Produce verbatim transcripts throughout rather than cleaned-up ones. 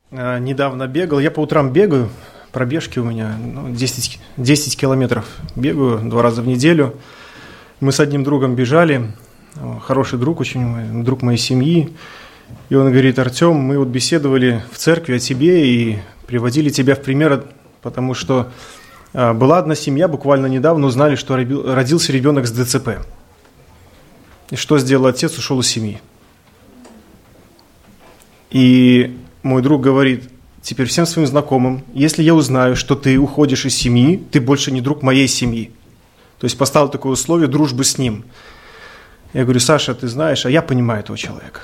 э, недавно бегал. Я по утрам бегаю, пробежки у меня ну, десять, десять километров бегаю два раза в неделю. Мы с одним другом бежали, хороший друг, очень друг моей семьи. И он говорит: Артем, мы вот беседовали в церкви о тебе и приводили тебя в пример, потому что э, была одна семья, буквально недавно узнали, что родился ребенок с ДЦП. И что сделал отец? Ушел из семьи. И мой друг говорит теперь всем своим знакомым: если я узнаю, что ты уходишь из семьи, ты больше не друг моей семьи. То есть поставил такое условие дружбы с ним. Я говорю: Саша, ты знаешь, а я понимаю этого человека.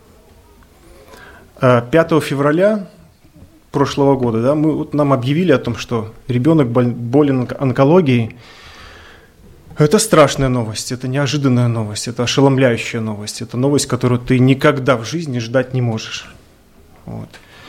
пятого февраля прошлого года да, мы, вот нам объявили о том, что ребенок болен онкологией. Это страшная новость, это неожиданная новость, это ошеломляющая новость. Это новость, которую ты никогда в жизни ждать не можешь. Вот.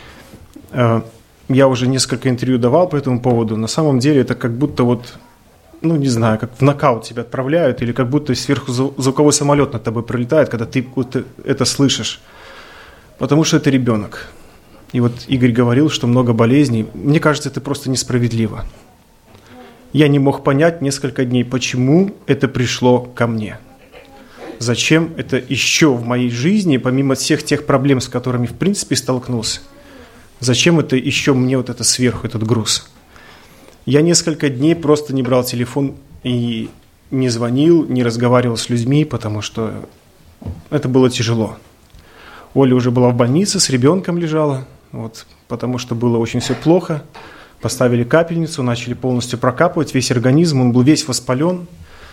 Я уже несколько интервью давал по этому поводу. На самом деле это как будто вот, ну не знаю, как в нокаут тебя отправляют, или как будто сверху звуковой самолет над тобой пролетает, когда ты вот это слышишь. Потому что это ребенок. И вот Игорь говорил, что много болезней. Мне кажется, это просто несправедливо. Я не мог понять несколько дней, почему это пришло ко мне. Зачем это еще в моей жизни, помимо всех тех проблем, с которыми в принципе столкнулся, зачем это еще мне вот это сверху, этот груз? Я несколько дней просто не брал телефон и не звонил, не разговаривал с людьми, потому что это было тяжело. Оля уже была в больнице, с ребенком лежала, вот, потому что было очень все плохо. Поставили капельницу, начали полностью прокапывать весь организм, он был весь воспален.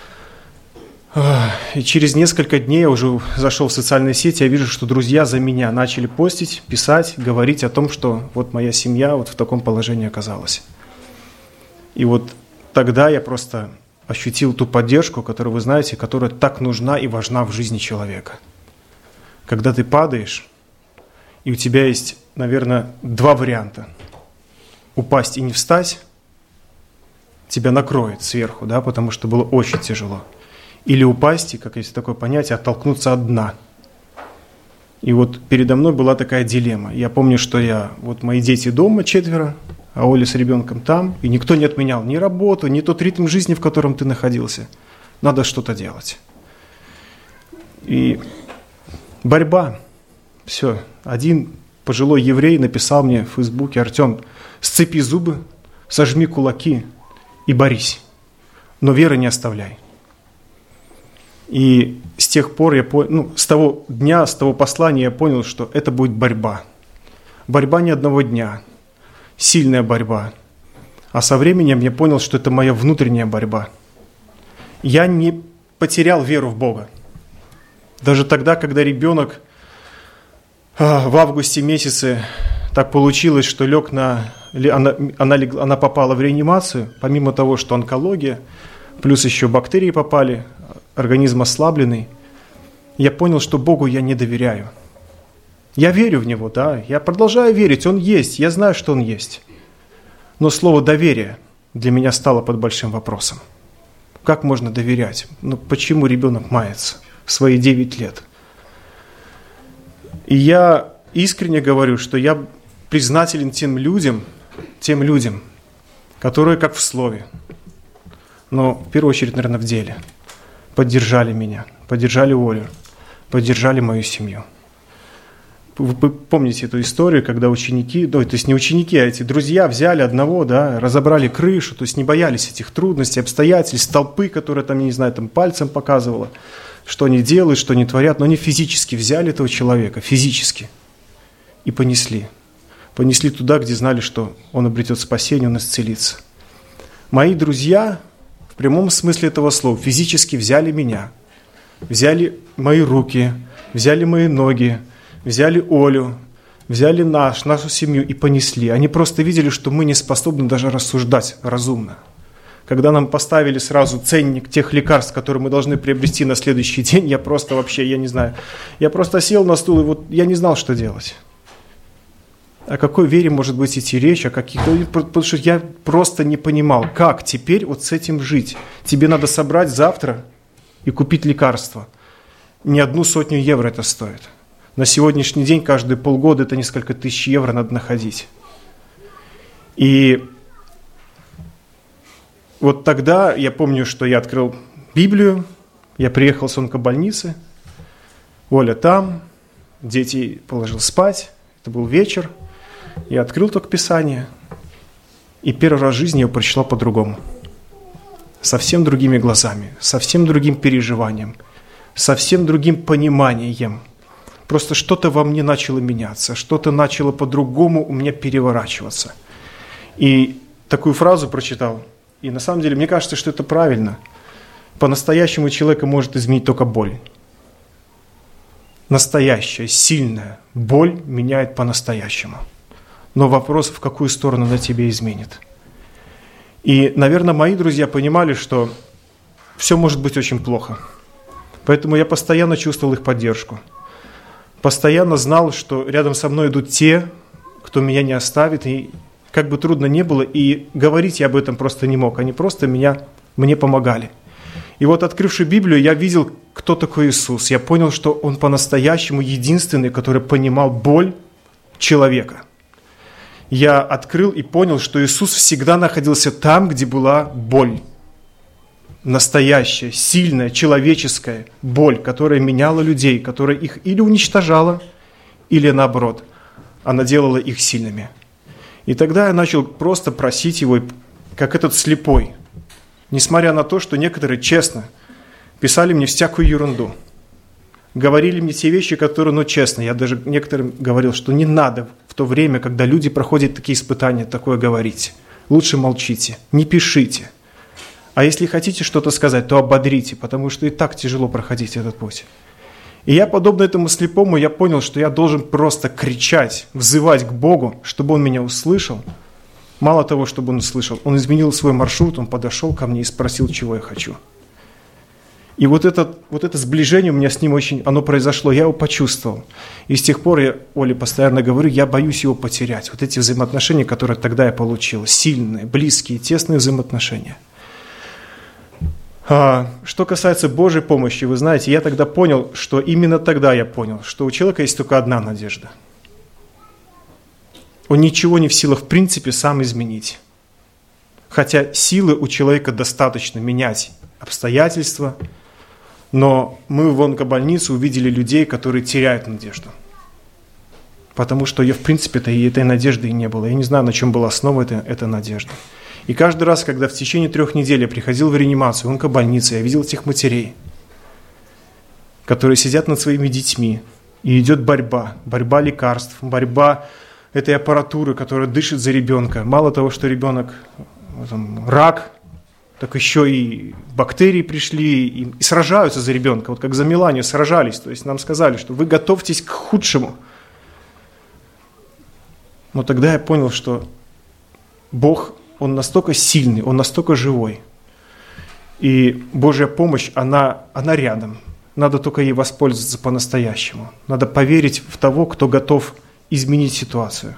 И через несколько дней я уже зашел в социальные сети, я вижу, что друзья за меня начали постить, писать, говорить о том, что вот моя семья вот в таком положении оказалась. И вот тогда я просто ощутил ту поддержку, которую вы знаете, которая так нужна и важна в жизни человека. Когда ты падаешь, и у тебя есть, наверное, два варианта. Упасть и не встать, тебя накроет сверху, да, потому что было очень тяжело. Или упасть, и, как есть такое понятие, оттолкнуться от дна. И вот передо мной была такая дилемма. Я помню, что я, вот мои дети дома четверо, а Оля с ребенком там, и никто не отменял ни работу, ни тот ритм жизни, в котором ты находился. Надо что-то делать. И борьба. Все. Один пожилой еврей написал мне в Фейсбуке: Артем, сцепи зубы, сожми кулаки и борись, но веры не оставляй. И с тех пор я понял, ну, с того дня, с того послания я понял, что это будет борьба. Борьба не одного дня, сильная борьба. А со временем я понял, что это моя внутренняя борьба. Я не потерял веру в Бога. Даже тогда, когда ребенок а, в августе месяце так получилось, что лег на, она, она, она попала в реанимацию, помимо того, что онкология, плюс еще бактерии попали, организм ослабленный, я понял, что Богу я не доверяю. Я верю в Него, да, я продолжаю верить, Он есть, я знаю, что Он есть. Но слово «доверие» для меня стало под большим вопросом. Как можно доверять? Ну, почему ребенок мается в свои девять лет? И я искренне говорю, что я признателен тем людям, тем людям, которые, как в слове, но в первую очередь, наверное, в деле, поддержали меня, поддержали Олю, поддержали мою семью. Вы помните эту историю, когда ученики, ну, то есть не ученики, а эти друзья взяли одного, да, разобрали крышу, то есть не боялись этих трудностей, обстоятельств, толпы, которая там, я не знаю, там пальцем показывала, что они делают, что они творят, но они физически взяли этого человека, физически, и понесли. Понесли туда, где знали, что он обретет спасение, он исцелится. Мои друзья, в прямом смысле этого слова, физически взяли меня, взяли мои руки, взяли мои ноги, взяли Олю, взяли наш, нашу семью и понесли. Они просто видели, что мы не способны даже рассуждать разумно. Когда нам поставили сразу ценник тех лекарств, которые мы должны приобрести на следующий день, я просто вообще, я не знаю, я просто сел на стул и вот я не знал, что делать. О какой вере может быть идти речь, о каких-то... Потому что я просто не понимал, как теперь вот с этим жить. Тебе надо собрать завтра и купить лекарства. Не одну сотню евро это стоит. На сегодняшний день каждые полгода это несколько тысяч евро надо находить. И вот тогда я помню, что я открыл Библию, я приехал с онкобольницы, Оля там, детей положил спать, это был вечер, я открыл только Писание, и первый раз в жизни я его прочитал по-другому. Совсем другими глазами, совсем другим переживанием, совсем другим пониманием. Просто что-то во мне начало меняться, что-то начало по-другому у меня переворачиваться. И такую фразу прочитал, и на самом деле мне кажется, что это правильно. По-настоящему человека может изменить только боль. Настоящая, сильная боль меняет по-настоящему. Но вопрос, в какую сторону она тебя изменит. И, наверное, мои друзья понимали, что все может быть очень плохо. Поэтому я постоянно чувствовал их поддержку. Постоянно знал, что рядом со мной идут те, кто меня не оставит. И как бы трудно ни было, и говорить я об этом просто не мог. Они просто меня, мне помогали. И вот, открывши Библию, я видел, кто такой Иисус. Я понял, что Он по-настоящему единственный, который понимал боль человека. Я открыл и понял, что Иисус всегда находился там, где была боль. Настоящая, сильная, человеческая боль, которая меняла людей, которая их или уничтожала, или наоборот, она делала их сильными. И тогда я начал просто просить Его, как этот слепой, несмотря на то, что некоторые честно писали мне всякую ерунду, говорили мне те вещи, которые, ну, честно, я даже некоторым говорил, что не надо в то время, когда люди проходят такие испытания, такое говорить. Лучше молчите, не пишите. А если хотите что-то сказать, то ободрите, потому что и так тяжело проходить этот путь. И я, подобно этому слепому, я понял, что я должен просто кричать, взывать к Богу, чтобы Он меня услышал. Мало того, чтобы Он услышал, Он изменил свой маршрут, Он подошел ко мне и спросил, чего я хочу. И вот это, вот это сближение у меня с Ним очень, оно произошло, я его почувствовал. И с тех пор я Оле постоянно говорю, я боюсь его потерять. Вот эти взаимоотношения, которые тогда я получил, сильные, близкие, тесные взаимоотношения. А, что касается Божьей помощи, вы знаете, я тогда понял, что именно тогда я понял, что у человека есть только одна надежда. Он ничего не в силах в принципе сам изменить. Хотя силы у человека достаточно менять обстоятельства, но мы в онкобольнице увидели людей, которые теряют надежду. Потому что ее в принципе-то и этой надежды и не было. Я не знаю, на чем была основа этой, этой надежды. И каждый раз, когда в течение трех недель я приходил в реанимацию, в онкобольницу, я видел этих матерей, которые сидят над своими детьми, и идет борьба, борьба лекарств, борьба этой аппаратуры, которая дышит за ребенка. Мало того, что ребенок там, рак, так еще и бактерии пришли и, и сражаются за ребенка, вот как за Меланию сражались. То есть нам сказали, что вы готовьтесь к худшему. Но тогда я понял, что Бог, Он настолько сильный, Он настолько живой. И Божья помощь, она, она рядом. Надо только ей воспользоваться по-настоящему. Надо поверить в того, кто готов изменить ситуацию.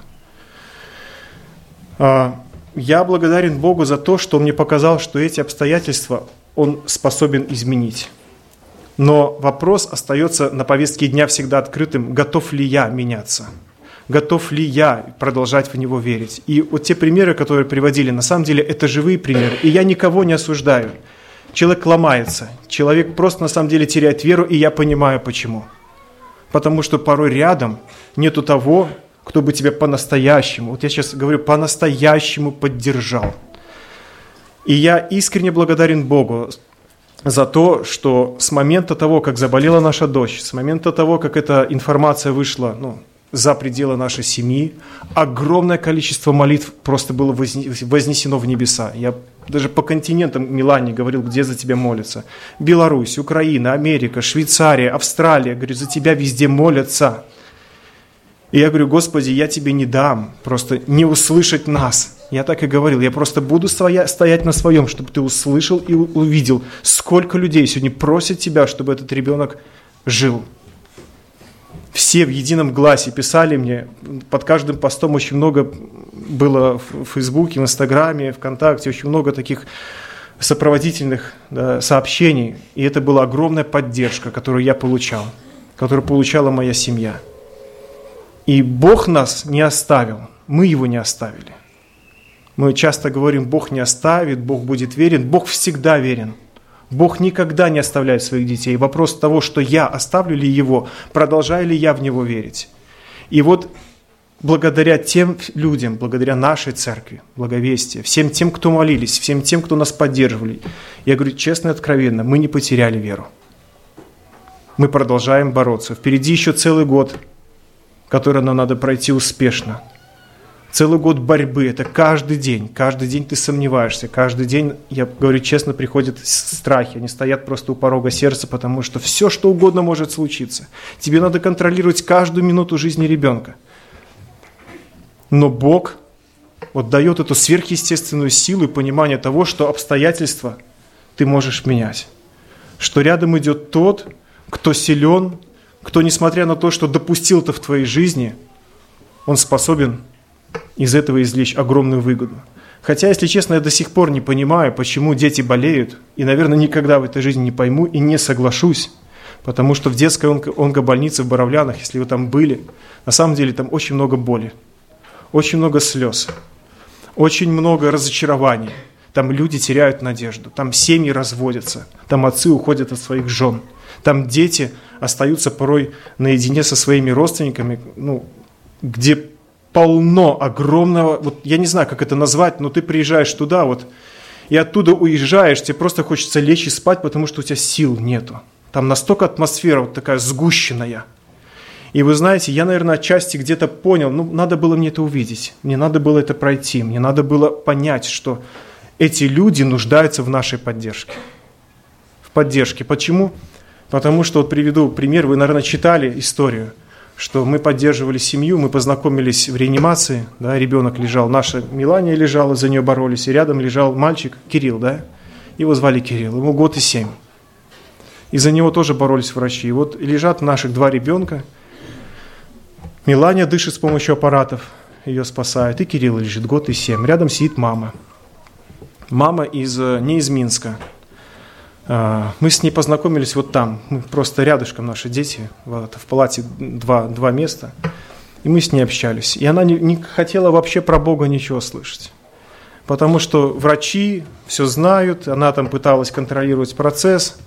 Я благодарен Богу за то, что Он мне показал, что эти обстоятельства Он способен изменить. Но вопрос остается на повестке дня всегда открытым, готов ли я меняться, готов ли я продолжать в Него верить. И вот те примеры, которые приводили, на самом деле это живые примеры, и я никого не осуждаю. Человек ломается, человек просто на самом деле теряет веру, и я понимаю почему. Потому что порой рядом нету того, кто бы тебя по-настоящему, вот я сейчас говорю, по-настоящему поддержал. И я искренне благодарен Богу за то, что с момента того, как заболела наша дочь, с момента того, как эта информация вышла ну, за пределы нашей семьи, огромное количество молитв просто было вознесено в небеса. Я даже по континентам Милане говорил, где за тебя молятся. Беларусь, Украина, Америка, Швейцария, Австралия, говорю, за тебя везде молятся. И я говорю, Господи, я тебе не дам просто не услышать нас. Я так и говорил, я просто буду стоя, стоять на своем, чтобы ты услышал и увидел, сколько людей сегодня просят тебя, чтобы этот ребенок жил. Все в едином гласе писали мне, под каждым постом очень много было в Фейсбуке, в Инстаграме, ВКонтакте, очень много таких сопроводительных да, сообщений. И это была огромная поддержка, которую я получал. которую получала моя семья. И Бог нас не оставил, мы Его не оставили. Мы часто говорим, Бог не оставит, Бог будет верен. Бог всегда верен. Бог никогда не оставляет своих детей. Вопрос того, что я оставлю ли Его, продолжаю ли я в Него верить. И вот благодаря тем людям, благодаря нашей церкви, благовестия, всем тем, кто молились, всем тем, кто нас поддерживали, я говорю честно и откровенно, мы не потеряли веру. Мы продолжаем бороться. Впереди еще целый год, который нам надо пройти успешно. Целый год борьбы, это каждый день. Каждый день ты сомневаешься. Каждый день, я говорю честно, приходят страхи. Они стоят просто у порога сердца, потому что все, что угодно может случиться. Тебе надо контролировать каждую минуту жизни ребенка. Но Бог вот дает эту сверхъестественную силу и понимание того, что обстоятельства ты можешь менять. Что рядом идет тот, кто силен, кто, несмотря на то, что допустил это в твоей жизни, он способен из этого извлечь огромную выгоду. Хотя, если честно, я до сих пор не понимаю, почему дети болеют, и, наверное, никогда в этой жизни не пойму и не соглашусь, потому что в детской онко- онкобольнице в Боровлянах, если вы там были, на самом деле там очень много боли, очень много слез, очень много разочарований. Там люди теряют надежду, там семьи разводятся, там отцы уходят от своих жен, там дети остаются порой наедине со своими родственниками, ну, где полно огромного, вот я не знаю, как это назвать, но ты приезжаешь туда вот, и оттуда уезжаешь, тебе просто хочется лечь и спать, потому что у тебя сил нету. Там настолько атмосфера вот такая сгущенная. И вы знаете, я, наверное, отчасти где-то понял, ну, надо было мне это увидеть, мне надо было это пройти, мне надо было понять, что эти люди нуждаются в нашей поддержке. В поддержке. Почему? Потому что, вот приведу пример, вы, наверное, читали историю, что мы поддерживали семью, мы познакомились в реанимации, да, ребенок лежал, наша Милания лежала, за нее боролись, и рядом лежал мальчик Кирилл, да, его звали Кирилл, ему год и семь. И за него тоже боролись врачи. И вот лежат наших два ребенка, Милания дышит с помощью аппаратов, ее спасают, и Кирилл лежит год и семь. Рядом сидит мама. Мама из, не из Минска. Мы с ней познакомились вот там, мы просто рядышком наши дети, вот, в палате два, два места, и мы с ней общались. И она не, не хотела вообще про Бога ничего слышать, потому что врачи все знают, она там пыталась контролировать процесс,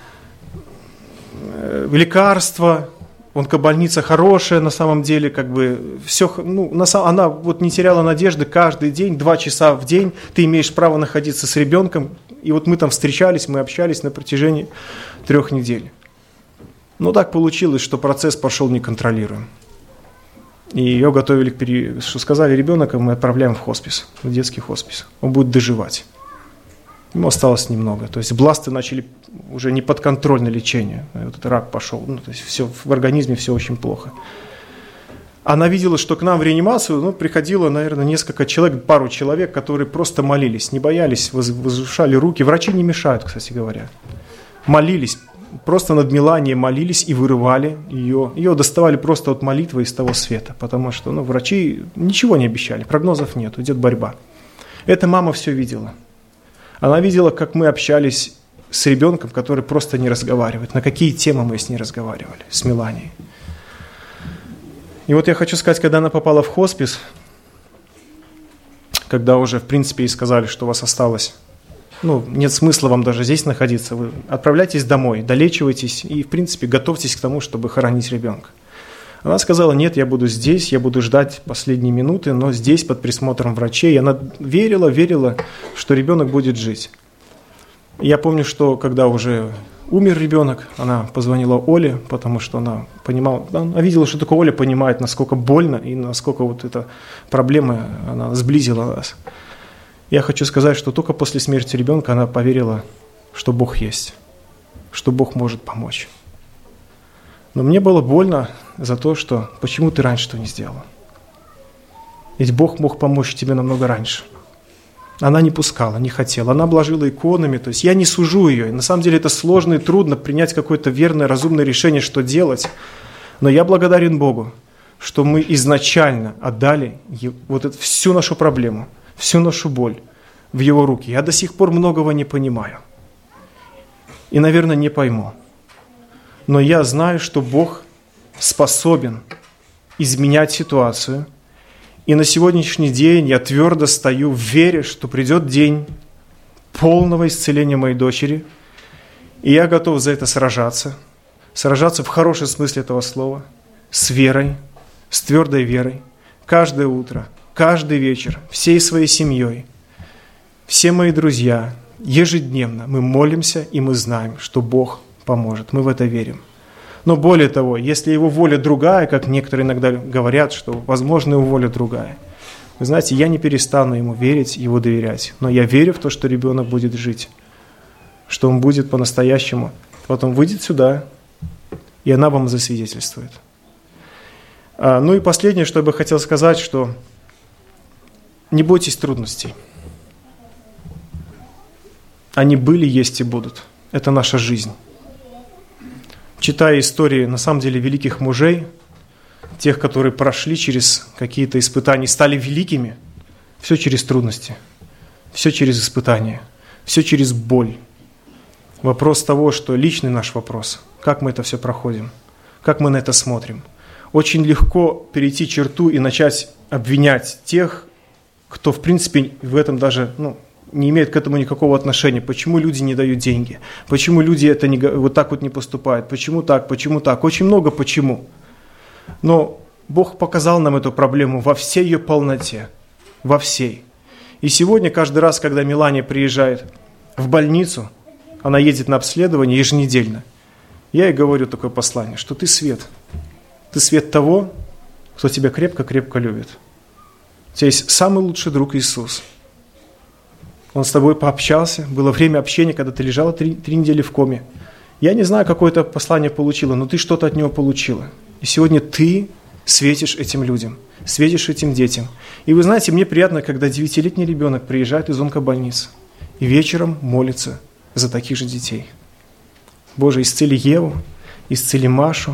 лекарства, онкобольница хорошая на самом деле, как бы все, ну, на самом, она вот не теряла надежды каждый день, два часа в день ты имеешь право находиться с ребенком. И вот мы там встречались, мы общались на протяжении трех недель. Но так получилось, что процесс пошел неконтролируем. И ее готовили к пере... что сказали, ребенка мы отправляем в хоспис, в детский хоспис. Он будет доживать. Ему осталось немного. То есть бласты начали уже не подконтрольное лечение. Вот этот рак пошел. Ну, то есть все, в организме все очень плохо. Она видела, что к нам в реанимацию ну, приходило, наверное, несколько человек, пару человек, которые просто молились, не боялись, возвышали руки. Врачи не мешают, кстати говоря. Молились, просто над Миланией молились и вырывали ее. Ее доставали просто от молитвы из того света, потому что ну, врачи ничего не обещали, прогнозов нет, идет борьба. Эта мама все видела. Она видела, как мы общались с ребенком, который просто не разговаривает, на какие темы мы с ней разговаривали, с Миланией. И вот я хочу сказать, когда она попала в хоспис, когда уже, в принципе, ей сказали, что у вас осталось, ну, нет смысла вам даже здесь находиться, вы отправляйтесь домой, долечивайтесь и, в принципе, готовьтесь к тому, чтобы хоронить ребенка. Она сказала, нет, я буду здесь, я буду ждать последние минуты, но здесь, под присмотром врачей. И она верила, верила, что ребенок будет жить. Я помню, что когда уже умер ребенок, она позвонила Оле, потому что она понимала, она видела, что только Оля понимает, насколько больно и насколько вот эта проблема, она сблизила нас. Я хочу сказать, что только после смерти ребенка она поверила, что Бог есть, что Бог может помочь. Но мне было больно за то, что почему ты раньше этого не сделала? Ведь Бог мог помочь тебе намного раньше. Она не пускала, не хотела. Она обложила иконами. То есть я не сужу ее. На самом деле это сложно и трудно принять какое-то верное, разумное решение, что делать. Но я благодарен Богу, что мы изначально отдали вот эту, всю нашу проблему, всю нашу боль в Его руки. Я до сих пор многого не понимаю. И, наверное, не пойму. но я знаю, что Бог способен изменять ситуацию. И на сегодняшний день я твердо стою в вере, что придет день полного исцеления моей дочери, и я готов за это сражаться, сражаться в хорошем смысле этого слова, с верой, с твердой верой, каждое утро, каждый вечер, всей своей семьей, все мои друзья, ежедневно мы молимся, и мы знаем, что Бог поможет, мы в это верим. Но более того, если Его воля другая, как некоторые иногда говорят, что, возможно, Его воля другая, вы знаете, я не перестану Ему верить, Его доверять, но я верю в то, что ребенок будет жить, что он будет по-настоящему. Потом выйдет сюда, и она вам засвидетельствует. А, ну и последнее, что я бы хотел сказать, что не бойтесь трудностей. Они были, есть и будут. Это наша жизнь. Читая истории, на самом деле, великих мужей, тех, которые прошли через какие-то испытания, стали великими, все через трудности, все через испытания, все через боль. Вопрос того, что личный наш вопрос, как мы это все проходим, как мы на это смотрим. Очень легко перейти черту и начать обвинять тех, кто, в принципе, в этом даже ну, не имеет к этому никакого отношения. Почему люди не дают деньги? Почему люди это не, вот так вот не поступают? Почему так? Почему так? Очень много почему. Но Бог показал нам эту проблему во всей ее полноте. Во всей. И сегодня, каждый раз, когда Мелания приезжает в больницу, она едет на обследование еженедельно, я ей говорю такое послание, что ты свет. Ты свет того, кто тебя крепко-крепко любит. У тебя есть самый лучший друг Иисус. Он с тобой пообщался, было время общения, когда ты лежала три, три недели в коме. Я не знаю, какое это послание получила, но ты что-то от него получила. И сегодня ты светишь этим людям, светишь этим детям. И вы знаете, мне приятно, когда девятилетний ребенок приезжает из онкобольницы и вечером молится за таких же детей. Боже, исцели Еву, исцели Машу.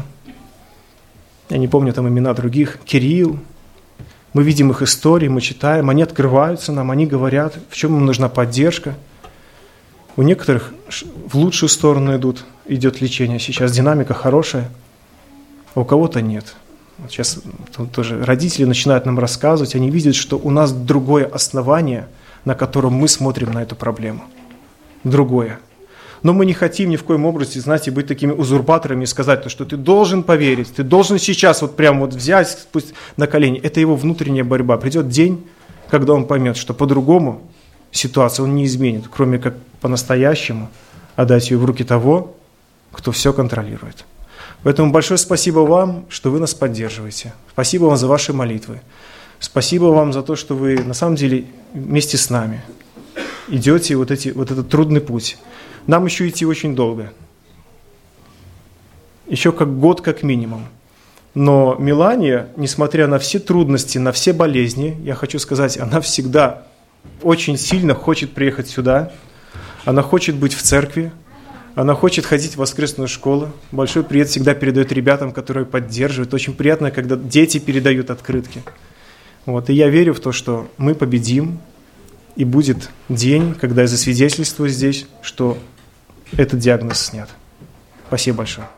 Я не помню там имена других. Кирилл. Мы видим их истории, мы читаем, они открываются нам, они говорят, в чем им нужна поддержка. У некоторых в лучшую сторону идут, идет лечение. Сейчас динамика хорошая, а у кого-то нет. Вот сейчас тоже родители начинают нам рассказывать, они видят, что у нас другое основание, на котором мы смотрим на эту проблему. Другое. Но мы не хотим ни в коем образе, знаете, быть такими узурпаторами и сказать, что ты должен поверить, ты должен сейчас вот прям вот взять пусть на колени. Это его внутренняя борьба. Придет день, когда он поймет, что по-другому ситуацию он не изменит, кроме как по-настоящему отдать ее в руки того, кто все контролирует. Поэтому большое спасибо вам, что вы нас поддерживаете. Спасибо вам за ваши молитвы. Спасибо вам за то, что вы на самом деле вместе с нами идете вот, эти, вот этот трудный путь. Нам еще идти очень долго. Еще как год как минимум. Но Мелания, несмотря на все трудности, на все болезни, я хочу сказать, она всегда очень сильно хочет приехать сюда. Она хочет быть в церкви. Она хочет ходить в воскресную школу. Большой привет всегда передает ребятам, которые поддерживают. Очень приятно, когда дети передают открытки. Вот. И я верю в то, что мы победим. И будет день, когда я засвидетельствую здесь, что этот диагноз снят. Спасибо большое.